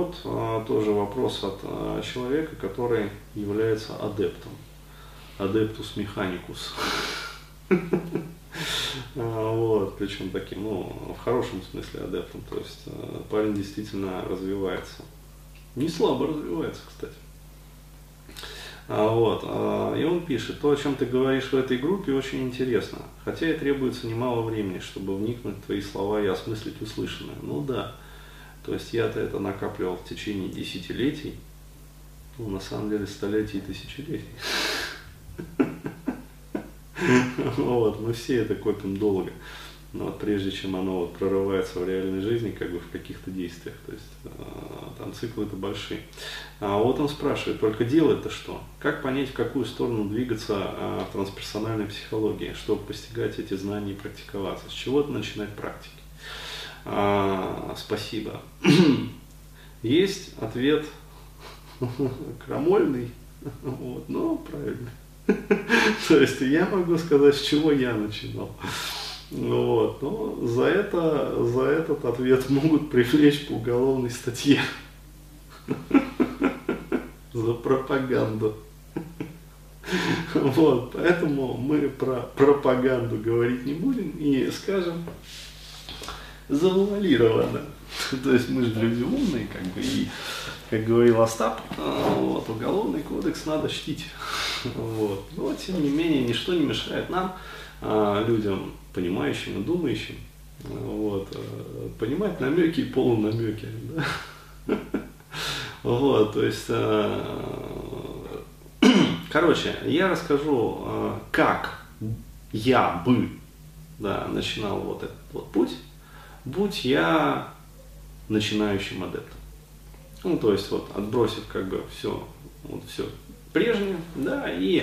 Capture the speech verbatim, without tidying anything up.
вот а, тоже вопрос от а, человека, который является адептом. Адептус механикус. Вот, причем таким, ну, в хорошем смысле адептом. То есть парень действительно развивается. Не слабо развивается, кстати. Вот. И он пишет: то, о чем ты говоришь в этой группе, очень интересно. Хотя и требуется немало времени, чтобы вникнуть в твои слова и осмыслить услышанное. Ну да. То есть я-то это накапливал в течение десятилетий. Ну, на самом деле, столетий и тысячелетий. Вот, мы все это копим долго. Но вот прежде чем оно вот прорывается в реальной жизни, как бы в каких-то действиях, то есть э, там циклы-то большие. А вот он спрашивает: только делать-то что? Как понять, в какую сторону двигаться э, в трансперсональной психологии, чтобы постигать эти знания и практиковаться? С чего-то начинать практики. А, спасибо. Есть ответ крамольный, вот, но правильный. То есть я могу сказать, с чего я начинал. Вот. Но за, это, за этот ответ могут привлечь по уголовной статье. За пропаганду. Вот. Поэтому мы про пропаганду говорить не будем и скажем завуалированно. То есть мы же люди умные, как бы, и, как говорил Остап, вот, уголовный кодекс надо чтить. Вот. Но тем не менее, ничто не мешает нам, людям понимающим и думающим, вот, понимать намеки и полунамеки. Да? Вот, то есть, короче, я расскажу, как я бы, да, начинал вот этот вот путь, будь я начинающим адептом. Ну, то есть, вот, отбросив как бы все, вот, все прежнее, да, и